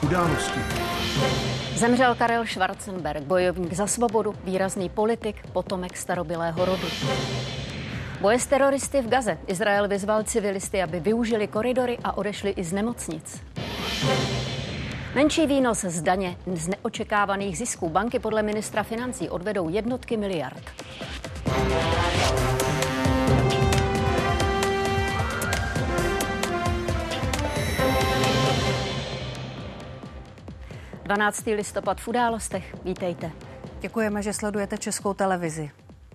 Události. Zemřel Karel Schwarzenberg, bojovník za svobodu, výrazný politik, potomek starobylého rodu. Boje s teroristy v Gaze. Izrael vyzval civilisty, aby využili koridory a odešli i z nemocnic. Menší výnos z daně z neočekávaných zisků. Banky podle ministra financí odvedou jednotky miliard. (12. listopad v Událostech. Vítejte. Děkujeme, že sledujete Českou televizi.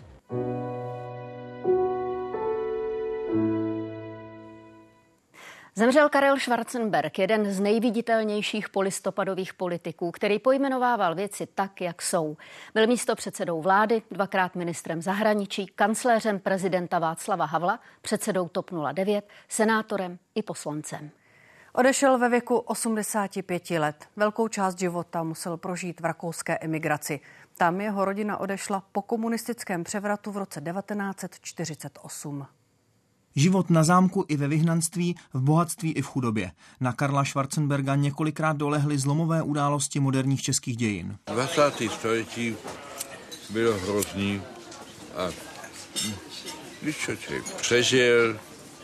Zemřel Karel Schwarzenberg, jeden z nejviditelnějších polistopadových politiků, který pojmenovával věci tak, jak jsou. Byl místopředsedou vlády, dvakrát ministrem zahraničí, kancléřem prezidenta Václava Havla, předsedou TOP 09, senátorem i poslancem. Odešel ve věku 85 let. Velkou část života musel prožít v rakouské emigraci. Tam jeho rodina odešla po komunistickém převratu v roce 1948. Život na zámku i ve vyhnanství, v bohatství i v chudobě. Na Karla Schwarzenberga několikrát dolehly zlomové události moderních českých dějin. 20. století bylo hrozný a když člověk přežil,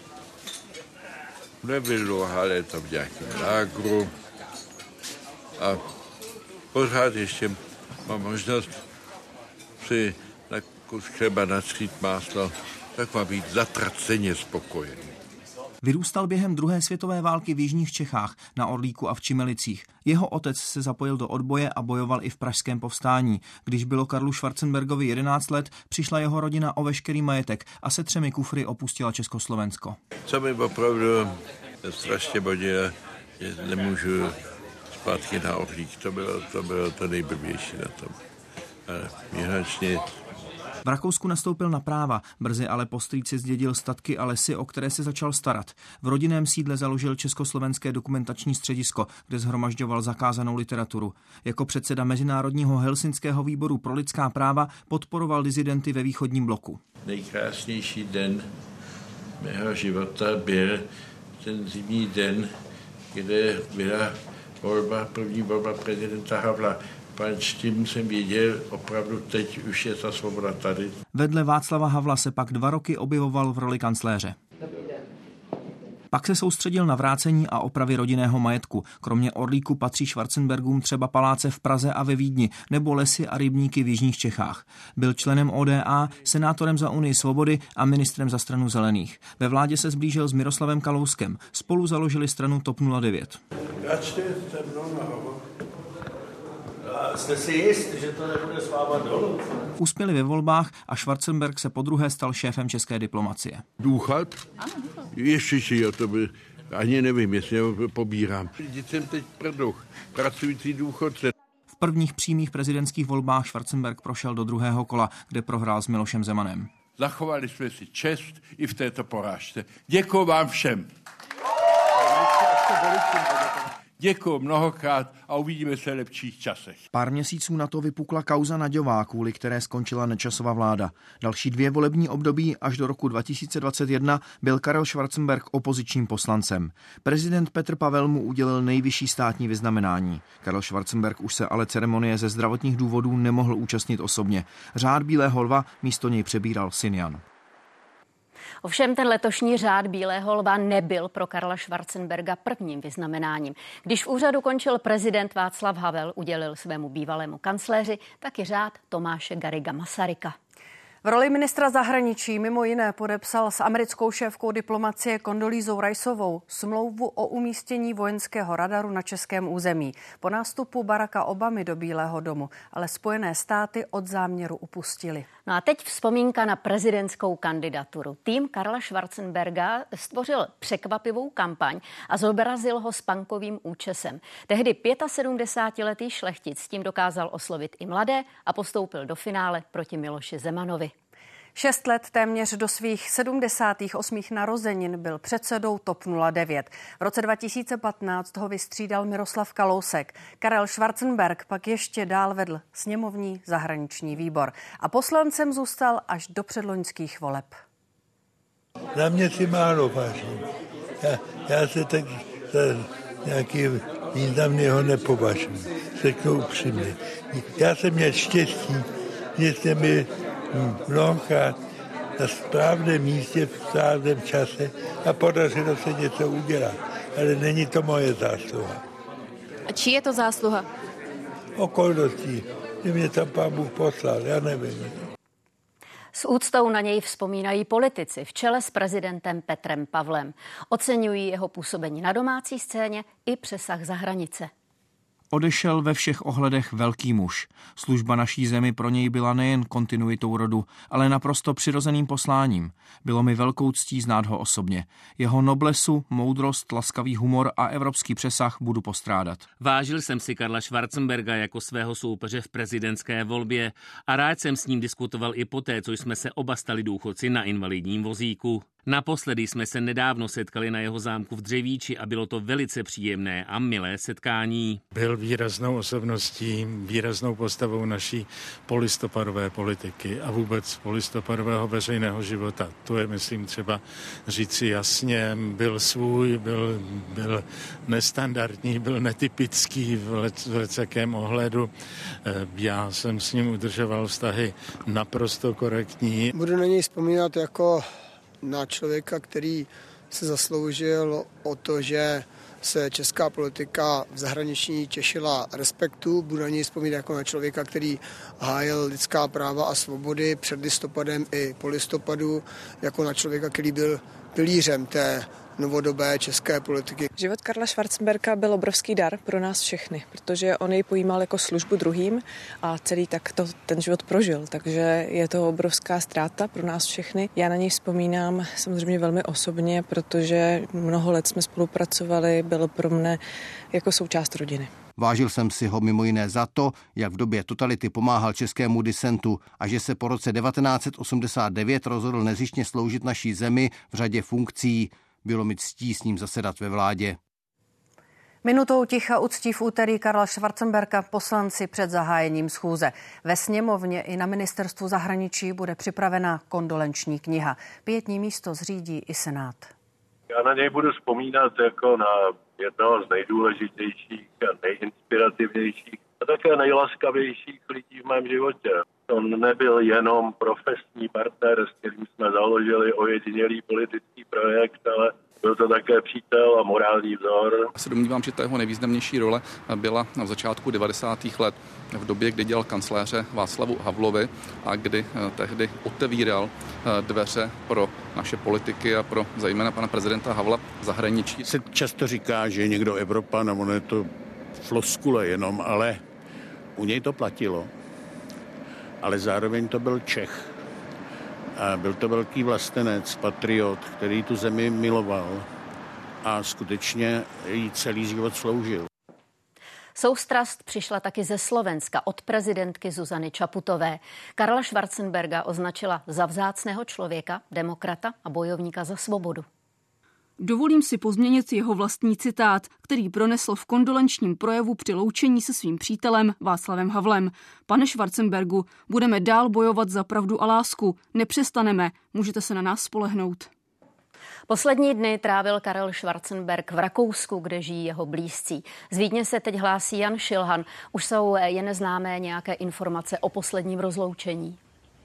nebyl dlouhá léta v nějakém lágru a pořád ještě mám možnost si na kus chleba natřít máslo, tak má být zatraceně spokojený. Vyrůstal během druhé světové války v jižních Čechách, na Orlíku a v Čimelicích. Jeho otec se zapojil do odboje a bojoval i v pražském povstání. Když bylo Karlu Schwarzenbergovi 11 let, přišla jeho rodina o veškerý majetek a se 3 kufry opustila Československo. Co mi opravdu strašně bodilo, že nemůžu zpátky na Orlík. To bylo to nejblbější na tom. Ale jináčně. V Rakousku nastoupil na práva, brzy ale po strýci zdědil statky a lesy, o které se začal starat. V rodinném sídle založil Československé dokumentační středisko, kde shromažďoval zakázanou literaturu. Jako předseda Mezinárodního helsinského výboru pro lidská práva podporoval disidenty ve východním bloku. Nejkrásnější den mého života byl ten zimní den, kde byla první volba prezidenta Havla. Pač tím jsem věděl, opravdu teď už je ta svoboda tady. Vedle Václava Havla se pak 2 roky objevoval v roli kancléře. Pak se soustředil na vrácení a opravy rodinného majetku. Kromě Orlíku patří Schwarzenbergům třeba paláce v Praze a ve Vídni nebo lesy a rybníky v jižních Čechách. Byl členem ODA, senátorem za Unii svobody a ministrem za stranu zelených. Ve vládě se sblížil s Miroslavem Kalouskem. Spolu založili stranu TOP 09. Jste si jist, že to nebude s váma dolů? Uspěli ve volbách a Schwarzenberg se podruhé stal šéfem české diplomacie. Důchod? Ještě si o to by, ani nevím, jestli ho pobírám. Vždyť jsem teď prdluch, pracující důchodce. V prvních přímých prezidentských volbách Schwarzenberg prošel do druhého kola, kde prohrál s Milošem Zemanem. Zachovali jsme si čest i v této porážce. Děkuji vám všem. Děkuji mnohokrát a uvidíme se v lepších časech. Pár měsíců na to vypukla kauza Naďová, kvůli které skončila Nečasova vláda. Další 2 volební období až do roku 2021 byl Karel Schwarzenberg opozičním poslancem. Prezident Petr Pavel mu udělil nejvyšší státní vyznamenání. Karel Schwarzenberg už se ale ceremonie ze zdravotních důvodů nemohl účastnit osobně. Řád Bílého lva místo něj přebíral syn Jan. Ovšem ten letošní řád Bílého lva nebyl pro Karla Schwarzenberga prvním vyznamenáním. Když v úřadu končil prezident Václav Havel, udělil svému bývalému kancléři taky řád Tomáše Garriga Masaryka. V roli ministra zahraničí mimo jiné podepsal s americkou šéfkou diplomacie Kondolízou Riceovou smlouvu o umístění vojenského radaru na českém území. Po nástupu Baracka Obamy do Bílého domu ale Spojené státy od záměru upustily. No a teď vzpomínka na prezidentskou kandidaturu. Tým Karla Schwarzenberga stvořil překvapivou kampaň a zobrazil ho s punkovým účesem. Tehdy 75letý šlechtic s tím dokázal oslovit i mladé a postoupil do finále proti Miloši Zemanovi. 6 let téměř do svých 78. narozenin byl předsedou TOP 09. V roce 2015 ho vystřídal Miroslav Kalousek. Karel Schwarzenberg pak ještě dál vedl sněmovní zahraniční výbor a poslancem zůstal až do předloňských voleb. Na mě si málo vážím. Já se tak za nějaký významného nepovažuji, řeknu upřímně. Já jsem měl štěstí, že jsem byl mnohokrát na správném místě v správném čase a podařilo se něco udělat. Ale není to moje zásluha. A čí je to zásluha? Okolností, že mě tam Pán Bůh poslal, já nevím. S úctou na něj vzpomínají politici v čele s prezidentem Petrem Pavlem. Oceňují jeho působení na domácí scéně i přesah za hranice. Odešel ve všech ohledech velký muž. Služba naší zemi pro něj byla nejen kontinuitou rodu, ale naprosto přirozeným posláním. Bylo mi velkou ctí znát ho osobně. Jeho noblesu, moudrost, laskavý humor a evropský přesah budu postrádat. Vážil jsem si Karla Schwarzenberga jako svého soupeře v prezidentské volbě a rád jsem s ním diskutoval i poté, co jsme se oba stali důchodci na invalidním vozíku. Naposledy jsme se nedávno setkali na jeho zámku v Dřevíči a bylo to velice příjemné a milé setkání. Byl výraznou osobností, výraznou postavou naší polistopadové politiky a vůbec polistopadového veřejného života. To je, myslím, třeba říci jasně. Byl svůj, byl nestandardní, byl netypický v lecakém ohledu. Já jsem s ním udržoval vztahy naprosto korektní. Budu na něj vzpomínat jako na člověka, který se zasloužil o to, že se česká politika v zahraničí těšila respektu. Budu na něj vzpomínat jako na člověka, který hájil lidská práva a svobody před listopadem i po listopadu, jako na člověka, který byl pilířem té novodobé české politiky. Život Karla Schwarzenberga byl obrovský dar pro nás všechny, protože on jej pojímal jako službu druhým a celý tak ten život prožil, takže je to obrovská ztráta pro nás všechny. Já na něj vzpomínám samozřejmě velmi osobně, protože mnoho let jsme spolupracovali, byl pro mne jako součást rodiny. Vážil jsem si ho mimo jiné za to, jak v době totality pomáhal českému disentu a že se po roce 1989 rozhodl nezištně sloužit naší zemi v řadě funkcí. Bylo mi ctí s ním zasedat ve vládě. Minutou ticha uctí v úterý Karla Schwarzenberga poslanci před zahájením schůze. Ve sněmovně i na ministerstvu zahraničí bude připravena kondolenční kniha. Pietní místo zřídí i Senát. Já na něj budu vzpomínat jako na jednoho z nejdůležitějších a nejinspirativnějších a také nejlaskavějších lidí v mém životě. On nebyl jenom profesní partner, s kterým jsme založili ojedinělý politický projekt, ale byl to také přítel a morální vzor. Já se domnívám, že ta jeho nejvýznamnější role byla v začátku 90. let, v době, kdy dělal kancléře Václavu Havlovi a kdy tehdy otevíral dveře pro naše politiky a pro zejména pana prezidenta Havla v zahraničí. Se často říká, že je někdo Evropan, a ono je to floskule jenom, ale u něj to platilo. Ale zároveň to byl Čech. A byl to velký vlastenec, patriot, který tu zemi miloval a skutečně jí celý život sloužil. Soustrast přišla taky ze Slovenska od prezidentky Zuzany Čaputové. Karla Schwarzenberga označila za vzácného člověka, demokrata a bojovníka za svobodu. Dovolím si pozměnit jeho vlastní citát, který pronesl v kondolenčním projevu při loučení se svým přítelem Václavem Havlem. Pane Schwarzenbergu, budeme dál bojovat za pravdu a lásku. Nepřestaneme. Můžete se na nás spolehnout. Poslední dny trávil Karel Schwarzenberg v Rakousku, kde žijí jeho blízcí. Z Vídně se teď hlásí Jan Šilhan. Už jsou jen známé nějaké informace o posledním rozloučení.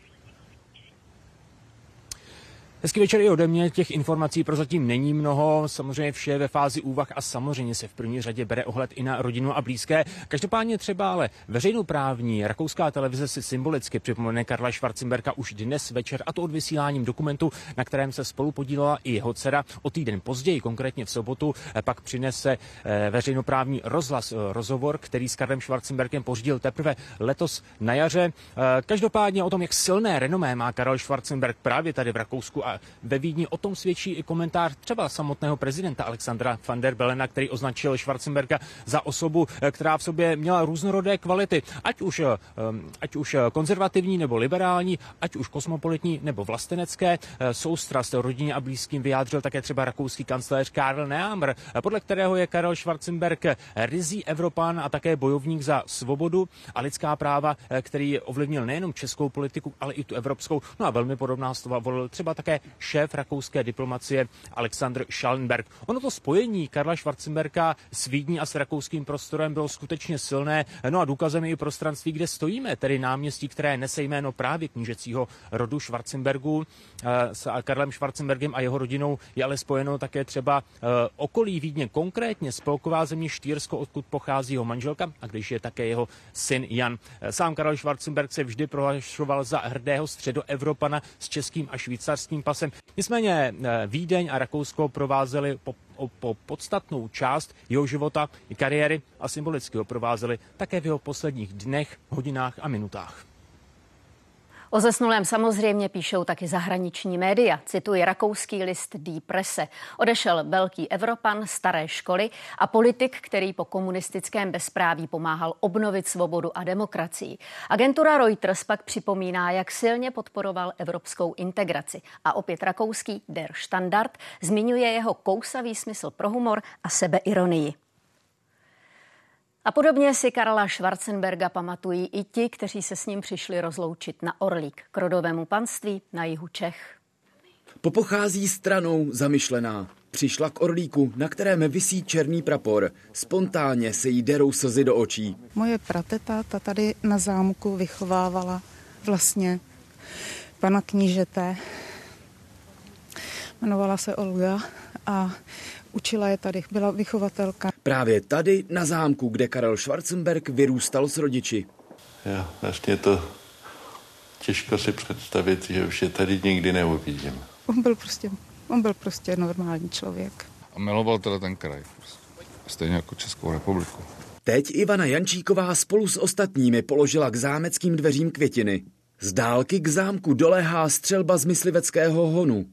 Hezký večer i ode mě, těch informací prozatím není mnoho, samozřejmě vše ve fázi úvah a samozřejmě se v první řadě bere ohled i na rodinu a blízké. Každopádně třeba ale veřejnoprávní rakouská televize si symbolicky připomene Karla Schwarzenberga už dnes večer, a to odvysíláním dokumentu, na kterém se spolu podílela i jeho dcera. O týden později, konkrétně v sobotu, pak přinese veřejnoprávní rozhlas rozhovor, který s Karlem Schwarzenbergem pořídil teprve letos na jaře. Každopádně o tom, jak silné renomé má Karel Schwarzenberg právě tady v Rakousku a ve Vídni, o tom svědčí i komentář třeba samotného prezidenta Alexandra van der Bellena, který označil Schwarzenberga za osobu, která v sobě měla různorodé kvality, ať už konzervativní nebo liberální, ať už kosmopolitní nebo vlastenecké. Soustrast rodině a blízkým vyjádřil také třeba rakouský kancléř Karl Nehammer, podle kterého je Karel Schwarzenberg ryzí Evropan a také bojovník za svobodu a lidská práva, který ovlivnil nejenom českou politiku, ale i tu evropskou. No a velmi podobná slova volil třeba také šéf rakouské diplomacie Alexander Schallenberg. Ono to spojení Karla Schwarzenberga s Vídní a s rakouským prostorem bylo skutečně silné. No a důkazem je i prostranství, kde stojíme, tedy náměstí, které nese jméno právě knížecího rodu Schwarzenbergů. S Karlem Schwarzenbergem a jeho rodinou je ale spojeno také třeba okolí Vídně, konkrétně spolková země Štýrsko, odkud pochází jeho manželka a když je také jeho syn Jan. Sám Karel Schwarzenberg se vždy prohlašoval za hrdého středoevropana s českým a švýcarským pasem. Nicméně Vídeň a Rakousko provázeli po podstatnou část jeho života i kariéry a symbolicky ho provázeli také v jeho posledních dnech, hodinách a minutách. O zesnulém samozřejmě píšou taky zahraniční média. Cituji rakouský list Die Presse. Odešel velký Evropan staré školy a politik, který po komunistickém bezpráví pomáhal obnovit svobodu a demokracii. Agentura Reuters pak připomíná, jak silně podporoval evropskou integraci. A opět rakouský Der Standard zmiňuje jeho kousavý smysl pro humor a sebeironii. A podobně si Karla Schwarzenberga pamatují i ti, kteří se s ním přišli rozloučit na Orlík, k rodovému panství na jihu Čech. Popochází stranou zamyšlená. Přišla k Orlíku, na kterém visí černý prapor. Spontánně se jí derou slzy do očí. Moje prateta tady na zámku vychovávala vlastně pana knížete. Jmenovala se Olga a učila je tady, byla vychovatelka. Právě tady na zámku, kde Karel Schwarzenberg vyrůstal s rodiči. Já vlastně to těžko si představit, že už je tady nikdy neuvidím. On byl prostě normální člověk. A miloval teda ten kraj, stejně jako Českou republiku. Teď Ivana Jančíková spolu s ostatními položila k zámeckým dveřím květiny. Z dálky k zámku doléhá střelba z mysliveckého honu.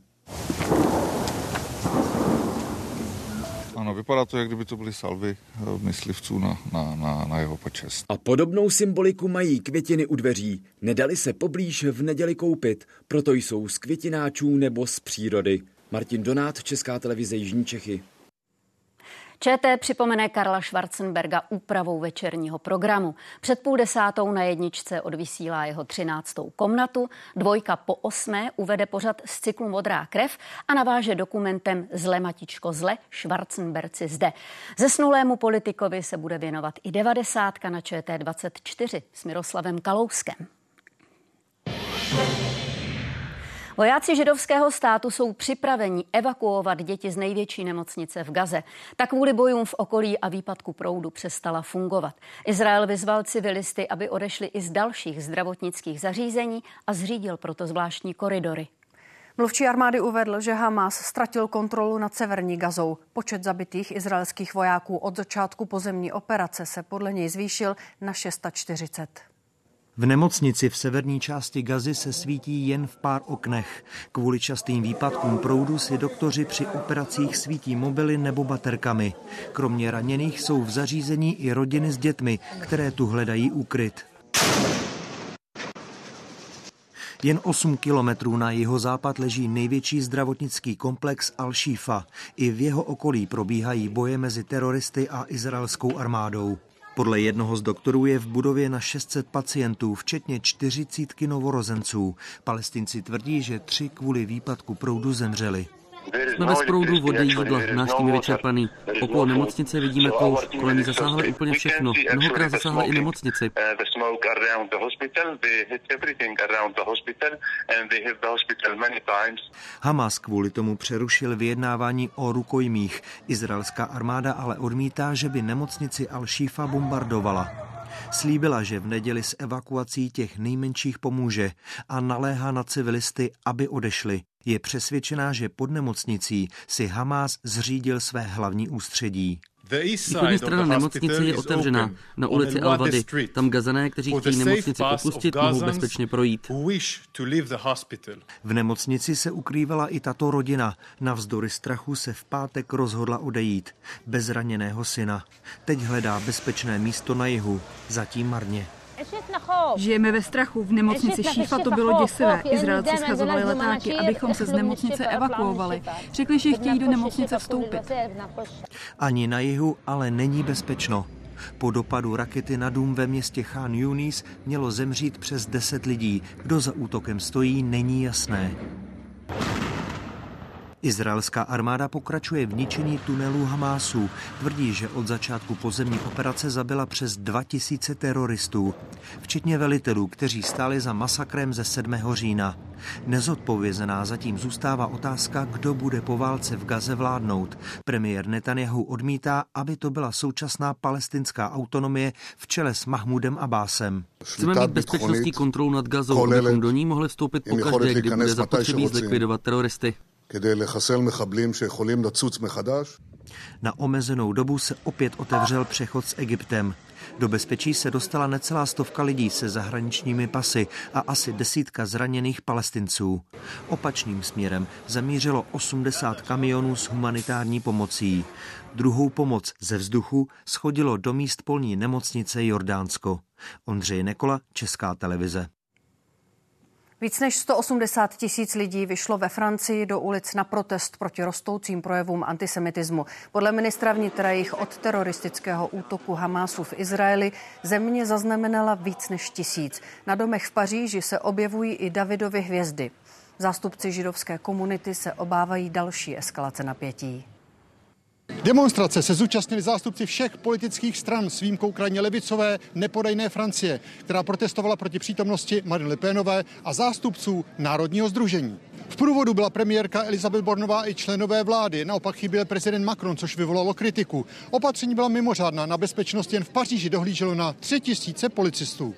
Ano, vypadá to, jak kdyby to byly salvy myslivců na jeho počest. A podobnou symboliku mají květiny u dveří. Nedali se poblíž v neděli koupit, proto jsou z květináčů nebo z přírody. Martin Donát, Česká televize Jižní Čechy. ČT připomene Karla Schwarzenberga úpravou večerního programu. Před 9:30 na jedničce odvysílá jeho 13. komnatu, 2:08 uvede pořad z cyklu Modrá krev a naváže dokumentem Zle matičko zle, Schwarzenberci zde. Zesnulému politikovi se bude věnovat i 90 na ČT24 s Miroslavem Kalouskem. Vojáci židovského státu jsou připraveni evakuovat děti z největší nemocnice v Gaze. Tak kvůli bojům v okolí a výpadku proudu přestala fungovat. Izrael vyzval civilisty, aby odešli i z dalších zdravotnických zařízení a zřídil proto zvláštní koridory. Mluvčí armády uvedl, že Hamas ztratil kontrolu nad severní Gazou. Počet zabitých izraelských vojáků od začátku pozemní operace se podle něj zvýšil na 640. V nemocnici v severní části Gazy se svítí jen v pár oknech. Kvůli častým výpadkům proudu si doktoři při operacích svítí mobily nebo baterkami. Kromě raněných jsou v zařízení i rodiny s dětmi, které tu hledají úkryt. Jen 8 kilometrů na jihozápad leží největší zdravotnický komplex Al-Shifa. I v jeho okolí probíhají boje mezi teroristy a izraelskou armádou. Podle jednoho z doktorů je v budově na 600 pacientů, včetně 40 novorozenců. Palestinci tvrdí, že 3 kvůli výpadku proudu zemřeli. Jsme bez proudu, vody, jídla, náš tým je vyčerpaný. Okolo nemocnice vidíme kouř, kolem ní zasáhly úplně všechno. Mnohokrát zasáhla i nemocnici. Hamas kvůli tomu přerušil vyjednávání o rukojmích. Izraelská armáda ale odmítá, že by nemocnici Al-Shifa bombardovala. Slíbila, že v neděli s evakuací těch nejmenších pomůže a naléhá na civilisty, aby odešli. Je přesvědčená, že pod nemocnicí si Hamas zřídil své hlavní ústředí. Východní strana nemocnice je otevřená na ulici Al-Wadi. Tam Gazané, kteří chtějí nemocnici opustit, mohou bezpečně projít. V nemocnici se ukrývala i tato rodina. Navzdory strachu se v pátek rozhodla odejít. Bez raněného syna. Teď hledá bezpečné místo na jihu. Zatím marně. Žijeme ve strachu. V nemocnici Šífa to bylo děsivé. Izraelci schazovali letáky, abychom se z nemocnice evakuovali. Řekli, že chtějí do nemocnice vstoupit. Ani na jihu ale není bezpečno. Po dopadu rakety na dům ve městě Chan Yunis mělo zemřít přes 10 lidí. Kdo za útokem stojí, není jasné. Izraelská armáda pokračuje v ničení tunelů Hamásu. Tvrdí, že od začátku pozemní operace zabila přes 2000 teroristů, včetně velitelů, kteří stáli za masakrem ze 7. října. Nezodpovězená zatím zůstává otázka, kdo bude po válce v Gaze vládnout. Premiér Netanjahu odmítá, aby to byla současná palestinská autonomie v čele s Mahmudem Abbásem. Chceme mít bezpečnostní kontrolu nad Gazou, abychom do ní mohli vstoupit pokaždé, kdy bude zapotřebí zlikvidovat teroristy. Na omezenou dobu se opět otevřel přechod s Egyptem. Do bezpečí se dostala necelá 100 lidí se zahraničními pasy a asi 10 zraněných Palestinců. Opačným směrem zamířilo 80 kamionů s humanitární pomocí. Druhou pomoc ze vzduchu schodilo do míst polní nemocnice Jordánsko. Ondřej Nekola, Česká televize. Víc než 180 000 lidí vyšlo ve Francii do ulic na protest proti rostoucím projevům antisemitismu. Podle ministra vnitra jich od teroristického útoku Hamásu v Izraeli země zaznamenala víc než 1000. Na domech v Paříži se objevují i Davidovy hvězdy. Zástupci židovské komunity se obávají další eskalace napětí. Demonstrace se zúčastnili zástupci všech politických stran s výjimkou krajně levicové Nepodajné Francie, která protestovala proti přítomnosti Marine Le Penové a zástupců Národního sdružení. V průvodu byla premiérka Elisabeth Bornová i členové vlády, naopak chyběl prezident Macron, což vyvolalo kritiku. Opatření byla mimořádná, na bezpečnost jen v Paříži dohlíželo na 3000 policistů.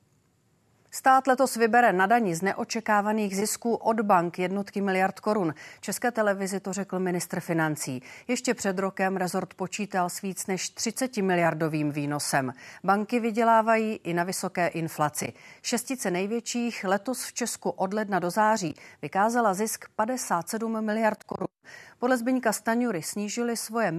Stát letos vybere na dani z neočekávaných zisků od bank jednotky miliard korun. České televizi to řekl ministr financí. Ještě před rokem rezort počítal s víc než 30 miliardovým výnosem. Banky vydělávají i na vysoké inflaci. Šestice největších letos v Česku od ledna do září vykázala zisk 57 miliard korun. Podle Zbyňka Stanjury snížili svoje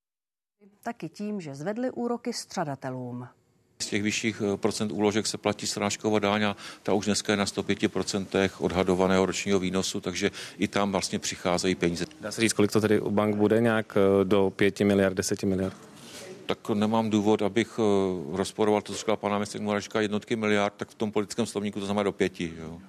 taky tím, že zvedli úroky střadatelům. Z těch vyšších procent úložek se platí srážková daň a ta už dneska je na 105% odhadovaného ročního výnosu, takže i tam vlastně přicházejí peníze. Dá se říct, kolik to tedy u bank bude, nějak do 5 miliard, 10 miliard? Tak nemám důvod, abych rozporoval to, co říkala pana ministra Muračka, jednotky miliard, tak v tom politickém slovníku to znamená do 5. Jo.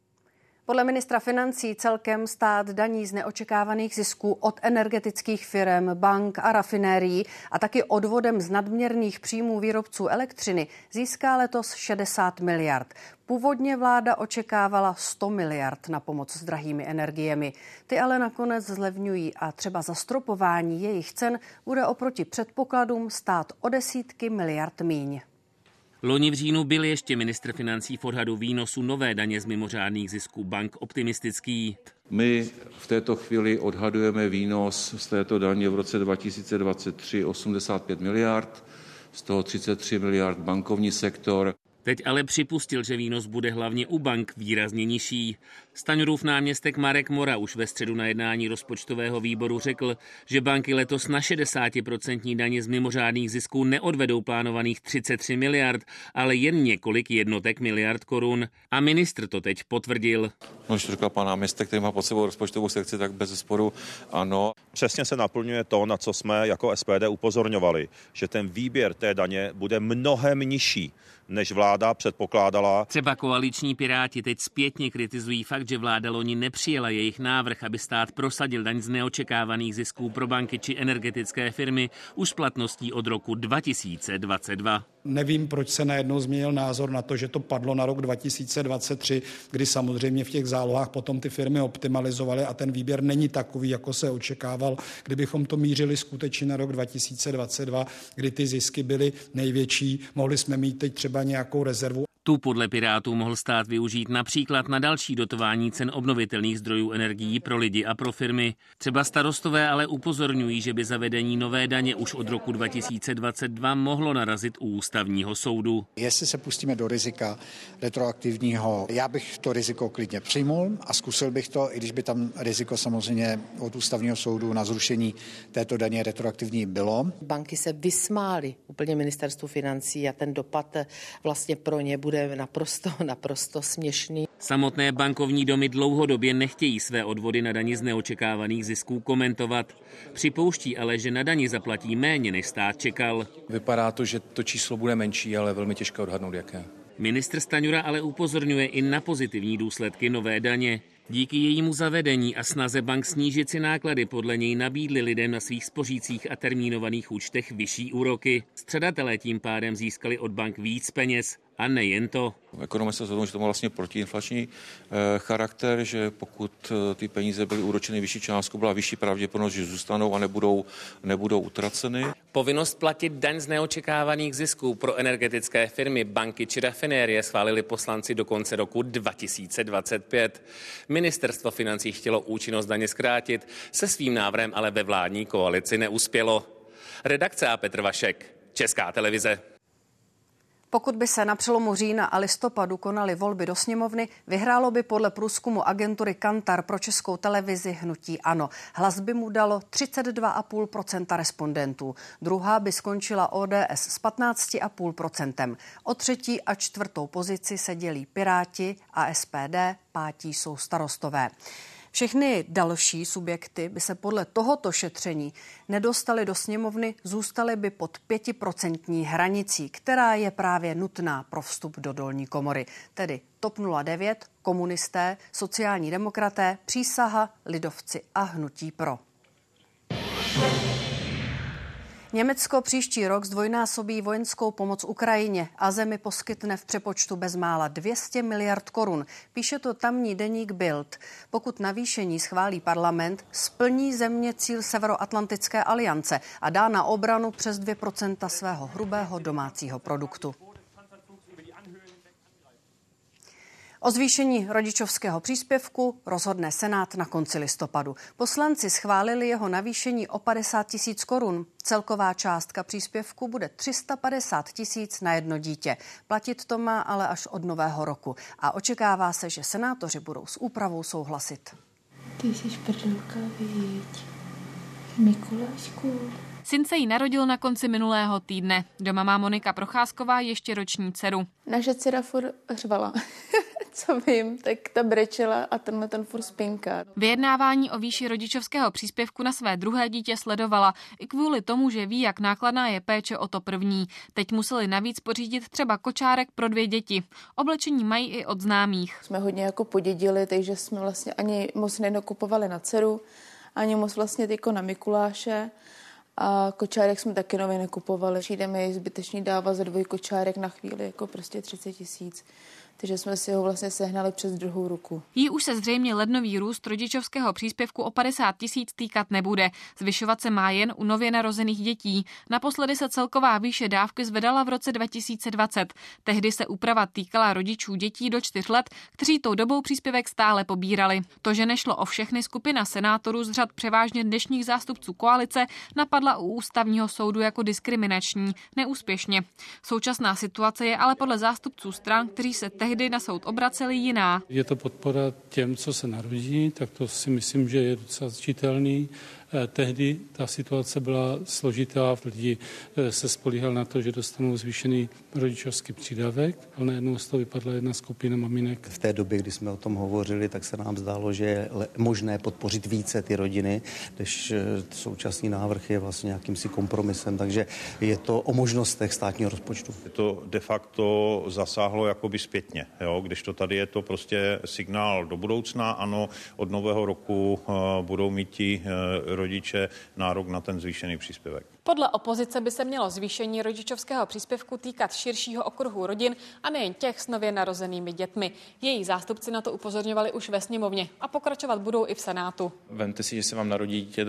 Podle ministra financí celkem stát daní z neočekávaných zisků od energetických firem, bank a rafinérií a taky odvodem z nadměrných příjmů výrobců elektřiny získá letos 60 miliard. Původně vláda očekávala 100 miliard na pomoc s drahými energiemi. Ty ale nakonec zlevňují a třeba zastropování jejich cen bude oproti předpokladům stát o desítky miliard míň. Loni v říjnu byl ještě ministr financí v odhadu výnosu nové daně z mimořádných zisků bank optimistický. My v této chvíli odhadujeme výnos z této daně v roce 2023 85 miliard, z toho 33 miliard bankovní sektor. Teď ale připustil, že výnos bude hlavně u bank výrazně nižší. Stanjurův náměstek Marek Mora už ve středu na jednání rozpočtového výboru řekl, že banky letos na 60% daně z mimořádných zisků neodvedou plánovaných 33 miliard, ale jen několik jednotek miliard korun. A ministr to teď potvrdil. No, když to říkal pan náměstek, který má pod sebou rozpočtovou sekci, tak bez zesporu ano. Přesně se naplňuje to, na co jsme jako SPD upozorňovali, že ten výběr té daně bude mnohem nižší, než vláda předpokládala. Třeba koaliční Piráti teď zpětně kritizují fakt, že vláda loni nepřijela jejich návrh, aby stát prosadil daň z neočekávaných zisků pro banky či energetické firmy už s platností od roku 2022. Nevím, proč se najednou změnil názor na to, že to padlo na rok 2023, kdy samozřejmě v těch zálohách potom ty firmy optimalizovaly a ten výběr není takový, jako se očekával. Kdybychom to mířili skutečně na rok 2022, kdy ty zisky byly největší, mohli jsme mít teď třeba nějakou rezervu. Tu podle Pirátů mohl stát využít například na další dotování cen obnovitelných zdrojů energií pro lidi a pro firmy. Třeba starostové ale upozorňují, že by zavedení nové daně už od roku 2022 mohlo narazit u ústavního soudu. Jestli se pustíme do rizika retroaktivního, já bych to riziko klidně přijmul a zkusil bych to, i když by tam riziko samozřejmě od ústavního soudu na zrušení této daně retroaktivní bylo. Banky se vysmály úplně ministerstvu financí a ten dopad vlastně pro ně bude naprosto směšný. Samotné bankovní domy dlouhodobě nechtějí své odvody na dani z neočekávaných zisků komentovat. Připouští ale, že na dani zaplatí méně, než stát čekal. Vypadá to, že to číslo bude menší, ale velmi těžké odhadnout, jaké. Ministr Stanjura ale upozorňuje i na pozitivní důsledky nové daně. Díky jejímu zavedení a snaze bank snížit si náklady podle něj nabídli lidem na svých spořících a termínovaných účtech vyšší úroky. Středatelé tím pádem získali od bank víc peněz. A nejen to. Ekonomové se shodnou, že to má vlastně protiinflační charakter, že pokud ty peníze byly úročeny vyšší částku, byla vyšší pravděpodobnost, že zůstanou a nebudou utraceny. Povinnost platit daň z neočekávaných zisků pro energetické firmy, banky či rafinérie schválili poslanci do konce roku 2025. Ministerstvo financí chtělo účinnost daně zkrátit, se svým návrhem ale ve vládní koalici neuspělo. Redakce a Petr Vašek, Česká televize. Pokud by se na přelomu října a listopadu konaly volby do sněmovny, vyhrálo by podle průzkumu agentury Kantar pro Českou televizi hnutí ANO. Hlas by mu dalo 32,5% respondentů. Druhá by skončila ODS s 15,5%. O třetí a čtvrtou pozici se dělí Piráti a SPD, pátí jsou Starostové. Všechny další subjekty by se podle tohoto šetření nedostaly do sněmovny, zůstaly by pod 5% hranicí, která je právě nutná pro vstup do dolní komory. Tedy TOP 09, komunisté, sociální demokraté, Přísaha, lidovci a hnutí Pro. Německo příští rok zdvojnásobí vojenskou pomoc Ukrajině a zemi poskytne v přepočtu bezmála 200 miliard korun. Píše to tamní deník Bild. Pokud navýšení schválí parlament, splní země cíl Severoatlantické aliance a dá na obranu přes 2% svého hrubého domácího produktu. O zvýšení rodičovského příspěvku rozhodne Senát na konci listopadu. Poslanci schválili jeho navýšení o 50 000 korun. Celková částka příspěvku bude 350 000 na jedno dítě. Platit to má ale až od nového roku. A očekává se, že senátoři budou s úpravou souhlasit. Ty jsi prdulka, viď? Mikulášku. Syn se jí narodil na konci minulého týdne. Doma má Monika Procházková ještě roční dceru. Naše dcera furt řvala. Co vím, tak ta brečela a tenhle ten furt spinká. Vyjednávání o výši rodičovského příspěvku na své druhé dítě sledovala i kvůli tomu, že ví, jak nákladná je péče o to první. Teď museli navíc pořídit třeba kočárek pro 2 děti. Oblečení mají i od známých. Jsme hodně jako podědili, takže jsme vlastně ani moc nenakupovali na dceru, ani moc vlastně tyko na Mikuláše. A kočárek jsme taky nově nekupovali. Přijde mi zbytečný dávat za 2 kočárek na chvíli, jako prostě 30 000. Takže jsme si ho vlastně sehnali přes druhou ruku. Jí už se zřejmě lednový růst rodičovského příspěvku o 50 000 týkat nebude. Zvyšovat se má jen u nově narozených dětí. Naposledy se celková výše dávky zvedala v roce 2020. Tehdy se úprava týkala rodičů dětí do 4 let, kteří tou dobou příspěvek stále pobírali. To, že nešlo o všechny, skupina senátorů z řad převážně dnešních zástupců koalice napadla u ústavního soudu jako diskriminační. Neúspěšně. Současná situace je ale podle zástupců stran, kteří se tehdy na soud obraceli, jiná. Je to podpora těm, co se narodí, tak to si myslím, že je docela citelný. Tehdy ta situace byla složitá, lidi se spolíhali na to, že dostanou zvýšený rodičovský přídavek, ale najednou z toho vypadla jedna skupina maminek. V té době, kdy jsme o tom hovořili, tak se nám zdálo, že je možné podpořit více ty rodiny, když současný návrh je vlastně jakýmsi kompromisem, takže je to o možnostech státního rozpočtu. To de facto zasáhlo jakoby zpětně, jo? Když to tady je to prostě signál do budoucna, ano, od nového roku budou mít ti rodiče nárok na ten zvýšený příspěvek. Podle opozice by se mělo zvýšení rodičovského příspěvku týkat širšího okruhu rodin a nejen těch s nově narozenými dětmi. Její zástupci na to upozorňovali už ve sněmovně a pokračovat budou i v Senátu. Vemte si, že se vám narodí dítě do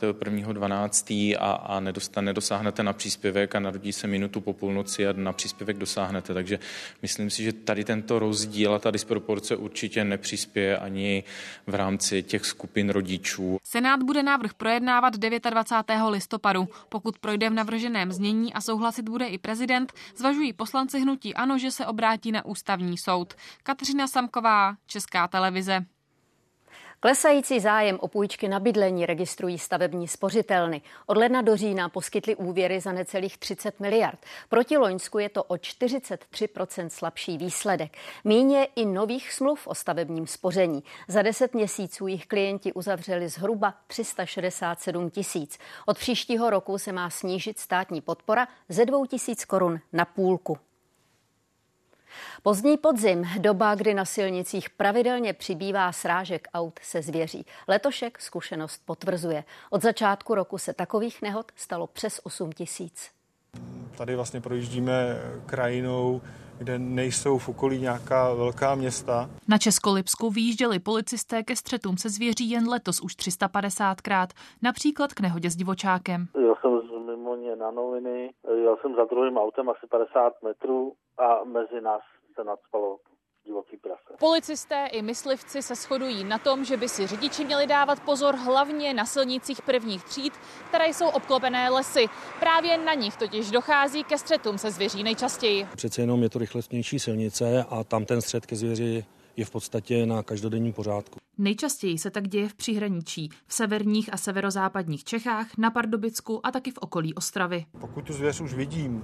31.12. a nedosáhnete na příspěvek a narodí se minutu po půlnoci a na příspěvek dosáhnete. Takže myslím si, že tady tento rozdíl a ta disproporce určitě nepřispěje ani v rámci těch skupin rodičů. Senát bude návrh projednávat 29. listopadu. Pokud projde v navrženém znění a souhlasit bude i prezident, zvažují poslanci hnutí ANO, že se obrátí na ústavní soud. Kateřina Samková, Česká televize. Klesající zájem o půjčky na bydlení registrují stavební spořitelny. Od ledna do října poskytly úvěry za necelých 30 miliard. Proti loňsku je to o 43% slabší výsledek. Míně i nových smluv o stavebním spoření. Za 10 měsíců jich klienti uzavřeli zhruba 367 000. Od příštího roku se má snížit státní podpora ze 2 000 korun na půlku. Pozdní podzim, doba, kdy na silnicích pravidelně přibývá srážek aut se zvěří. Letošek zkušenost potvrzuje. Od začátku roku se takových nehod stalo přes 8 000. Tady vlastně projíždíme krajinou, kde nejsou v okolí nějaká velká města. Na Českolipsku vyjížděli policisté ke střetům se zvěří jen letos už 350krát, například k nehodě s divočákem. Jel jsem z Mimoně na noviny, jel jsem za druhým autem asi 50 metrů a mezi nás se nadspalo divoký prase. Policisté i myslivci se shodují na tom, že by si řidiči měli dávat pozor hlavně na silnicích prvních tříd, které jsou obklopené lesy. Právě na nich totiž dochází ke střetům se zvěří nejčastěji. Přece jenom je to rychlostnější silnice a tam ten střet ke zvěři je v podstatě na každodenním pořádku. Nejčastěji se tak děje v příhraničí, v severních a severozápadních Čechách, na Pardubicku a taky v okolí Ostravy. Pokud tu zvěř už vidím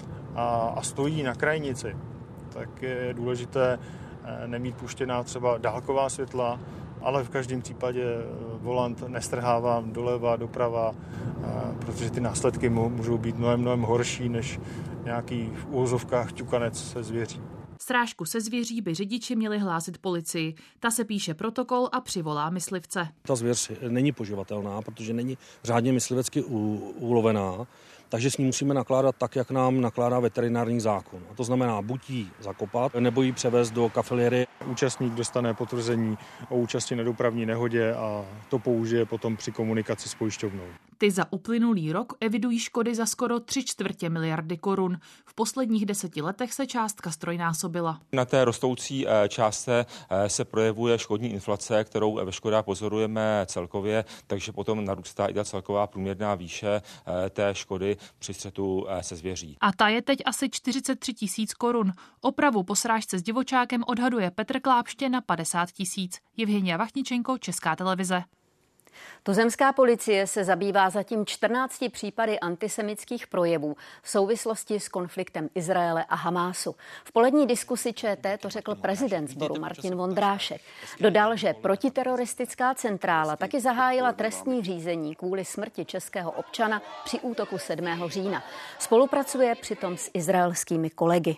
a stojí na krajnici, tak je důležité nemít puštěná třeba dálková světla, ale v každém případě volant nestrhávám doleva, doprava, protože ty následky můžou být mnohem horší než nějaký v uvozovkách ťukanec se zvěří. Srážku se zvěří by řidiči měli hlásit policii. Ta se píše protokol a přivolá myslivce. Ta zvěř není poživatelná, protože není řádně myslivecky ulovená, takže s ní musíme nakládat tak, jak nám nakládá veterinární zákon. A to znamená buď ji zakopat, nebo ji převést do kafiliery. Účastník dostane potvrzení o účasti na dopravní nehodě a to použije potom při komunikaci s pojišťovnou. Ty za uplynulý rok evidují škody za skoro 3/4 miliardy korun. V posledních 10 letech se částka ztrojnásobila. Na té rostoucí částce se projevuje škodní inflace, kterou ve škodách pozorujeme celkově, takže potom narůstá i ta celková průměrná výše té škody při střetu se zvěří. A ta je teď asi 43 000 korun. Opravu po srážce s divočákem odhaduje Petr Klápště na 50 000. Evgenia Vachničenko, Česká televize. Tuzemská policie se zabývá zatím 14 případy antisemitských projevů v souvislosti s konfliktem Izraele a Hamásu. V polední diskusi ČT to řekl prezident sboru Martin Vondrášek. Dodal, že protiteroristická centrála taky zahájila trestní řízení kvůli smrti českého občana při útoku 7. října. Spolupracuje přitom s izraelskými kolegy.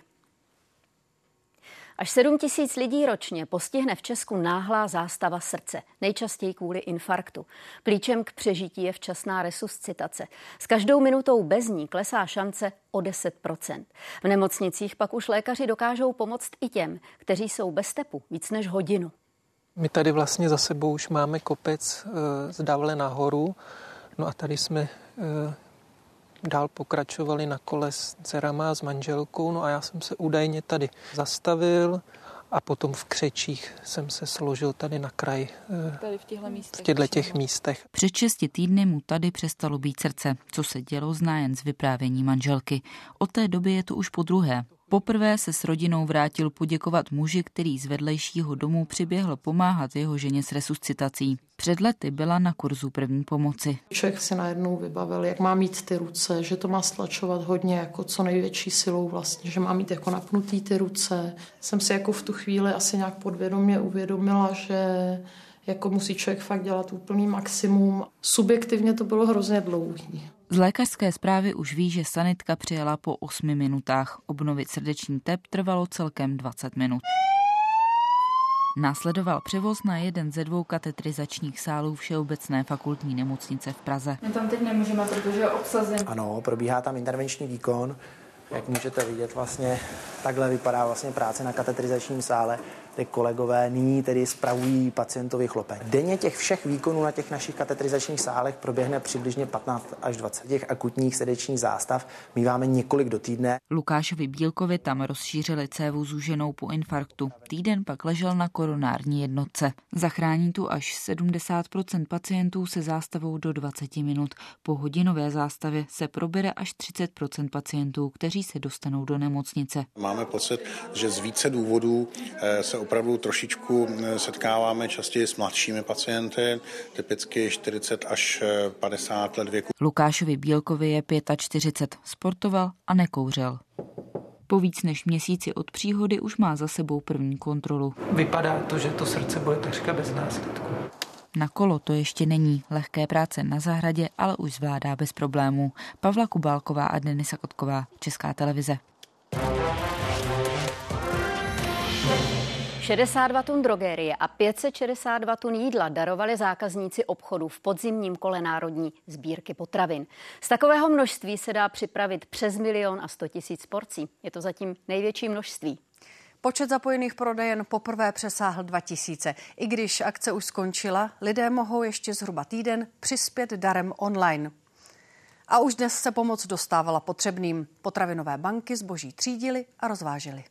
Až 7 000 lidí ročně postihne v Česku náhlá zástava srdce, nejčastěji kvůli infarktu. Klíčem k přežití je včasná resuscitace. S každou minutou bez ní klesá šance o 10%. V nemocnicích pak už lékaři dokážou pomoct i těm, kteří jsou bez tepu víc než hodinu. My tady vlastně za sebou už máme kopec z Davle nahoru, no a tady jsme dál pokračovali na kole s dcerama a s manželkou, no a já jsem se údajně tady zastavil a potom v Křečích jsem se složil tady na kraj tady v těchto místech. Před 6 týdny mu tady přestalo být srdce. Co se dělo, zná jen z vyprávění manželky. Od té doby je to už podruhé. Poprvé se s rodinou vrátil poděkovat muži, který z vedlejšího domu přiběhl pomáhat jeho ženě s resuscitací. Před lety byla na kurzu první pomoci. Člověk si najednou vybavil, jak má mít ty ruce, že to má stlačovat hodně jako co největší silou vlastně, že má mít jako napnutý ty ruce. Jsem si jako v tu chvíli asi nějak podvědomě uvědomila, že jako musí člověk fakt dělat úplný maximum. Subjektivně to bylo hrozně dlouhý. Z lékařské zprávy už ví, že sanitka přijela po 8 minutách. Obnovit srdeční tep trvalo celkem 20 minut. Následoval převoz na jeden ze 2 katetrizačních sálů Všeobecné fakultní nemocnice v Praze. My tam teď nemůžeme, protože je obsazen. Ano, probíhá tam intervenční výkon. Jak můžete vidět, vlastně takhle vypadá vlastně práce na katetrizačním sále. Ty kolegové nyní tedy spravují pacientovi chlopeň. Denně těch všech výkonů na těch našich katetrizačních sálech proběhne přibližně 15 až 20. Těch akutních srdečních zástav míváme několik do týdne. Lukášovi Bílkovi tam rozšířili cévu zúženou po infarktu. Týden pak ležel na koronární jednotce. Zachrání tu až 70% pacientů se zástavou do 20 minut. Po hodinové zástavě se probere až 30% pacientů, kteří se dostanou do nemocnice. Máme pocit, že z více důvodů se opravdu trošičku setkáváme častěji s mladšími pacienty, typicky 40 až 50 let věku. Lukášovi Bílkovi je 45, sportoval a nekouřil. Po víc než měsíci od příhody už má za sebou první kontrolu. Vypadá to, že to srdce bude takřka bez následků. Na kolo to ještě není. Lehké práce na zahradě, ale už zvládá bez problémů. Pavla Kubálková a Denisa Kotková, Česká televize. 62 tun drogerie a 562 tun jídla darovali zákazníci obchodu v podzimním kole národní sbírky potravin. Z takového množství se dá připravit přes 1 100 000 porcí. Je to zatím největší množství. Počet zapojených prodejen poprvé přesáhl 2000. I když akce už skončila, lidé mohou ještě zhruba týden přispět darem online. A už dnes se pomoc dostávala potřebným. Potravinové banky zboží třídily a rozvážely.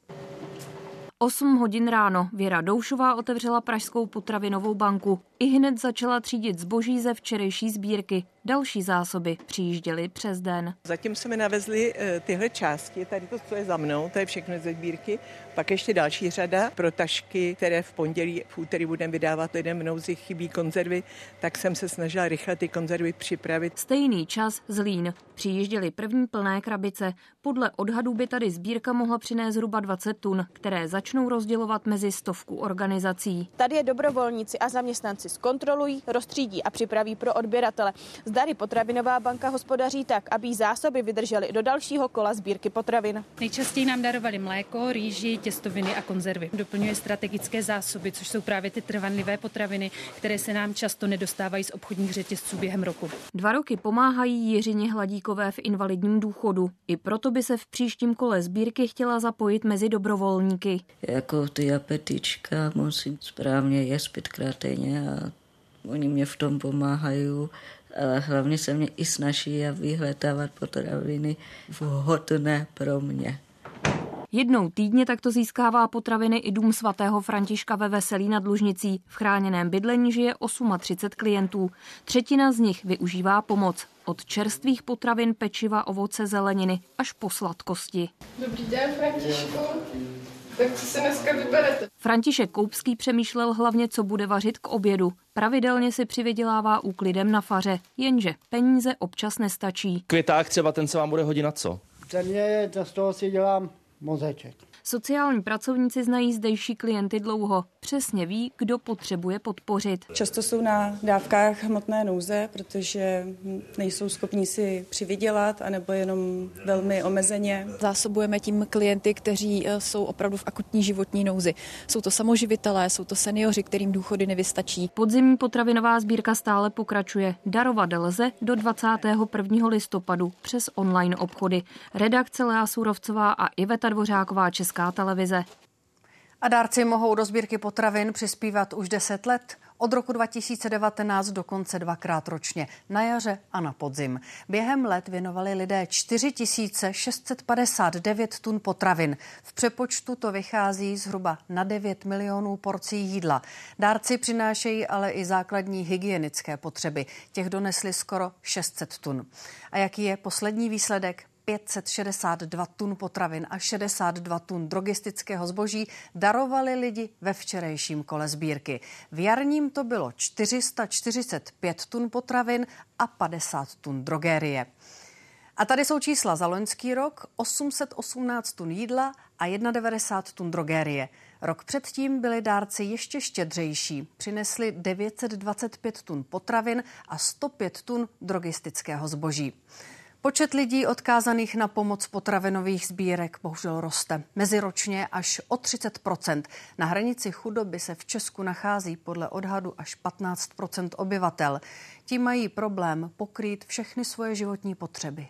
8 hodin ráno Věra Doušová otevřela pražskou potravinovou banku. Ihned začala třídit zboží ze včerejší sbírky. Další zásoby přijížděly přes den. Zatím se mi navezly tyhle části, tady to, co je za mnou, to je všechno ze sbírky. Pak ještě další řada pro tašky, které v úterý budeme vydávat lidem v nouzi, chybí konzervy, tak jsem se snažila rychle ty konzervy připravit. Stejný čas Zlín. Přijížděly první plné krabice. Podle odhadů by tady sbírka mohla přinést zhruba 20 tun, které začnou rozdělovat mezi 100 organizací. Tady je dobrovolníci a zaměstnanci zkontrolují, rozstřídí a připraví pro odběratele. Zdary potravinová banka hospodaří tak, aby zásoby vydržely do dalšího kola sbírky potravin. Nejčastěji nám darovali mléko, rýži, těstoviny a konzervy. Doplňuje strategické zásoby, což jsou právě ty trvanlivé potraviny, které se nám často nedostávají z obchodních řetězců během roku. 2 roky pomáhají Jiřině Hladíkové v invalidním důchodu. I proto by se v příštím kole sbírky chtěla zapojit mezi dobrovolníky. Jako diabetička musím správně jíst 5krát denně a oni mě v tom pomáhají. Ale hlavně se mě i snaží vyhledávat potraviny vhodné pro mě. Jednou týdně takto získává potraviny i dům svatého Františka ve Veselí nad Lužnicí. V chráněném bydlení žije 38 klientů. 1/3 z nich využívá pomoc. Od čerstvých potravin, pečiva, ovoce, zeleniny až po sladkosti. Dobrý den, Františku. Tak co se dneska vyberete? František Koupský přemýšlel hlavně, co bude vařit k obědu. Pravidelně si přivydělává úklidem na faře, jenže peníze občas nestačí. Květák třeba, ten se vám bude hodit na co? Z toho si dělám mozeček. Sociální pracovníci znají zdejší klienty dlouho. Přesně ví, kdo potřebuje podpořit. Často jsou na dávkách hmotné nouze, protože nejsou schopní si přivydělat, anebo jenom velmi omezeně. Zásobujeme tím klienty, kteří jsou opravdu v akutní životní nouzi. Jsou to samoživitelé, jsou to seniori, kterým důchody nevystačí. Podzimní potravinová sbírka stále pokračuje. Darovat lze do 21. listopadu přes online obchody. Redakce Lea Surovcová a Iveta Dvořáková, Česká televize. A dárci mohou do sbírky potravin přispívat už 10 let. Od roku 2019 dokonce 2krát ročně, na jaře a na podzim. Během let věnovali lidé 4659 tun potravin. V přepočtu to vychází zhruba na 9 milionů porcí jídla. Dárci přinášejí ale i základní hygienické potřeby. Těch donesli skoro 600 tun. A jaký je poslední výsledek? 562 tun potravin a 62 tun drogistického zboží darovali lidi ve včerejším kole sbírky. V jarním to bylo 445 tun potravin a 50 tun drogerie. A tady jsou čísla za loňský rok: 818 tun jídla a 91 tun drogerie. Rok předtím byli dárci ještě štědřejší. Přinesli 925 tun potravin a 105 tun drogistického zboží. Počet lidí odkázaných na pomoc potravinových sbírek bohužel roste. Meziročně až o 30%. Na hranici chudoby se v Česku nachází podle odhadu až 15% obyvatel. Ti mají problém pokrýt všechny svoje životní potřeby.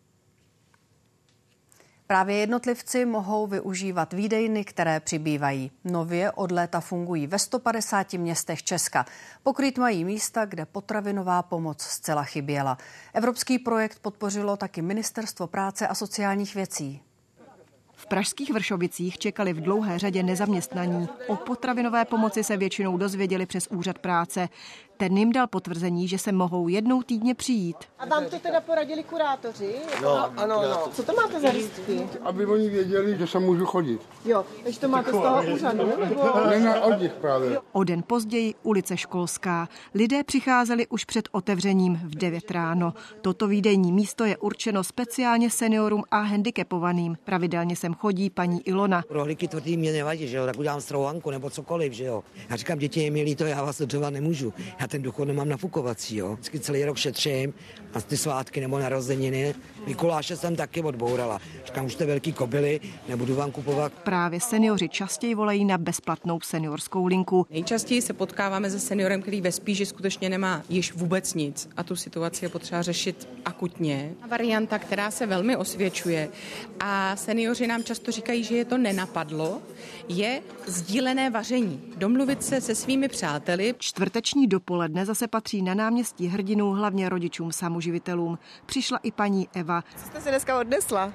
Právě jednotlivci mohou využívat výdejny, které přibývají. Nově od léta fungují ve 150 městech Česka. Pokrýt mají místa, kde potravinová pomoc zcela chyběla. Evropský projekt podpořilo taky Ministerstvo práce a sociálních věcí. V pražských Vršovicích čekali v dlouhé řadě nezaměstnaní. O potravinové pomoci se většinou dozvěděli přes úřad práce. Ten jim dal potvrzení, že se mohou jednou týdně přijít. A vám to teda poradili kurátoři? Ano. Co to máte za lístky? Aby oni věděli, že se můžu chodit. Jo, takže to máte z toho úřadu, nebo? Ne, od nich právě. O den později ulice Školská. Lidé přicházeli už před otevřením v 9 ráno. Toto výdejní místo je určeno speciálně seniorům a handicapovaným. Pravidelně sem chodí paní Ilona. Rohlíky tvrdý mě nevadí, že jo, tak udělám strouhanku nebo cokoliv, že jo. Já říkám, děti je mi líto, já vás dodržovat nemůžu. Já ten důchod nemám nafukovací, jo. Vždycky celý rok šetřím a ty svátky nebo narozeniny. Mikuláše jsem taky odbourala. Říkám, už jste velký kobily, nebudu vám kupovat. Právě seniori častěji volají na bezplatnou seniorskou linku. Nejčastěji se potkáváme se seniorem, který ve spíži skutečně nemá již vůbec nic a tu situaci je potřeba řešit akutně. Varianta, která se velmi osvědčuje a seniori nám často říkají, že je to nenapadlo, je sdílené vaření. Domluvit se se svými přáteli. Čtvrteční dopoledne zase patří na náměstí Hrdinů hlavně rodičům samoživitelům. Přišla i paní Eva. Co jste si dneska odnesla?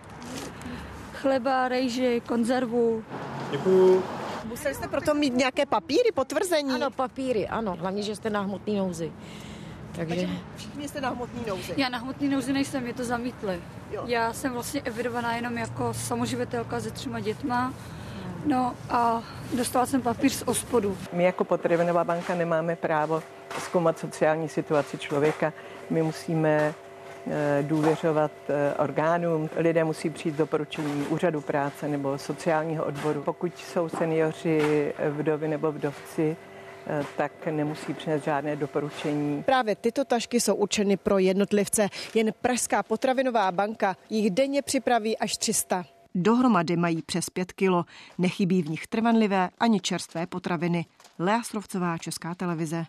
Chleba, rejži, konzervu. Děkuju. Museli jste proto mít nějaké papíry, potvrzení? Ano, papíry, ano. Hlavně, že jste na hmotný nouzi. Takže všichni jste na hmotný nouzi. Já na hmotný nouzi nejsem, mě to zamítli. Jo. Já jsem vlastně evidovaná jenom jako samoživitelka se 3 dětma. No a dostala jsem papír z OSPODu. My jako Potravinová banka nemáme právo zkoumat sociální situaci člověka. My musíme důvěřovat orgánům. Lidé musí přijít doporučení úřadu práce nebo sociálního odboru. Pokud jsou seniori, vdovy nebo vdovci, tak nemusí přinést žádné doporučení. Právě tyto tašky jsou určeny pro jednotlivce. Jen Pražská potravinová banka jich denně připraví až 300. Dohromady mají přes 5 kilo. Nechybí v nich trvanlivé ani čerstvé potraviny. Lea Srovcová, Česká televize.